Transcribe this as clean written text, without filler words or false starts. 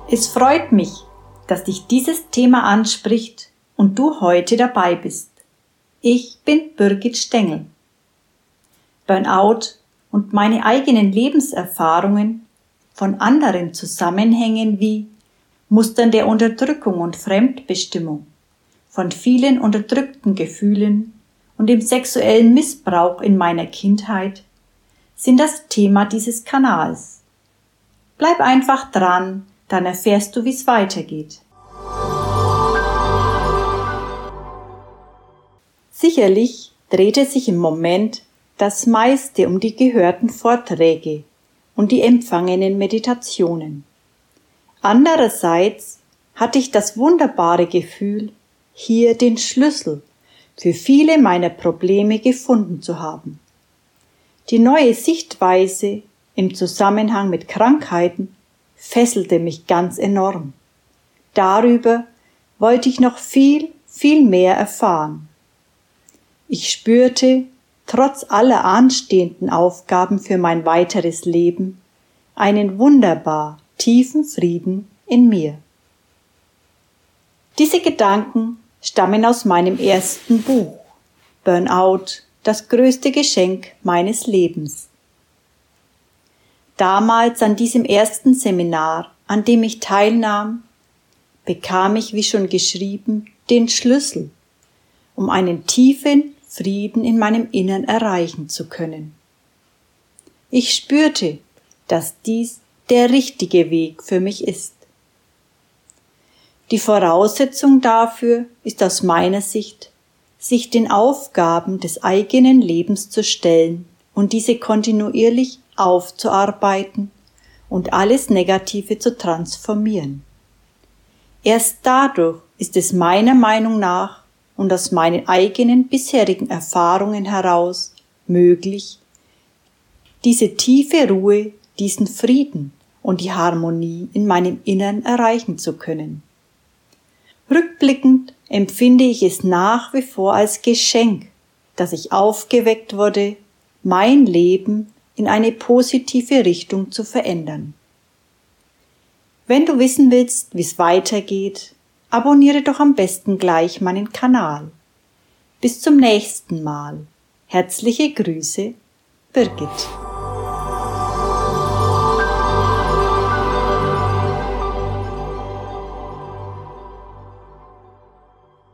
Es freut mich, dass dich dieses Thema anspricht und du heute dabei bist. Ich bin Birgit Stengel. Burnout und meine eigenen Lebenserfahrungen von anderen Zusammenhängen wie Mustern der Unterdrückung und Fremdbestimmung, von vielen unterdrückten Gefühlen und dem sexuellen Missbrauch in meiner Kindheit sind das Thema dieses Kanals. Bleib einfach dran, dann erfährst du, wie es weitergeht. Sicherlich drehte sich im Moment das meiste um die gehörten Vorträge und die empfangenen Meditationen. Andererseits hatte ich das wunderbare Gefühl, hier den Schlüssel für viele meiner Probleme gefunden zu haben. Die neue Sichtweise im Zusammenhang mit Krankheiten fesselte mich ganz enorm. Darüber wollte ich noch viel, viel mehr erfahren. Ich spürte, trotz aller anstehenden Aufgaben für mein weiteres Leben, einen wunderbar tiefen Frieden in mir. Diese Gedanken stammen aus meinem ersten Buch, Burnout, das größte Geschenk meines Lebens. Damals an diesem ersten Seminar, an dem ich teilnahm, bekam ich, wie schon geschrieben, den Schlüssel, um einen tiefen Frieden in meinem Innern erreichen zu können. Ich spürte, dass dies der richtige Weg für mich ist. Die Voraussetzung dafür ist aus meiner Sicht, sich den Aufgaben des eigenen Lebens zu stellen und diese kontinuierlich aufzuarbeiten und alles Negative zu transformieren. Erst dadurch ist es meiner Meinung nach und aus meinen eigenen bisherigen Erfahrungen heraus möglich, diese tiefe Ruhe, diesen Frieden und die Harmonie in meinem Innern erreichen zu können. Rückblickend empfinde ich es nach wie vor als Geschenk, dass ich aufgeweckt wurde, mein Leben in eine positive Richtung zu verändern. Wenn du wissen willst, wie es weitergeht, abonniere doch am besten gleich meinen Kanal. Bis zum nächsten Mal. Herzliche Grüße, Birgit.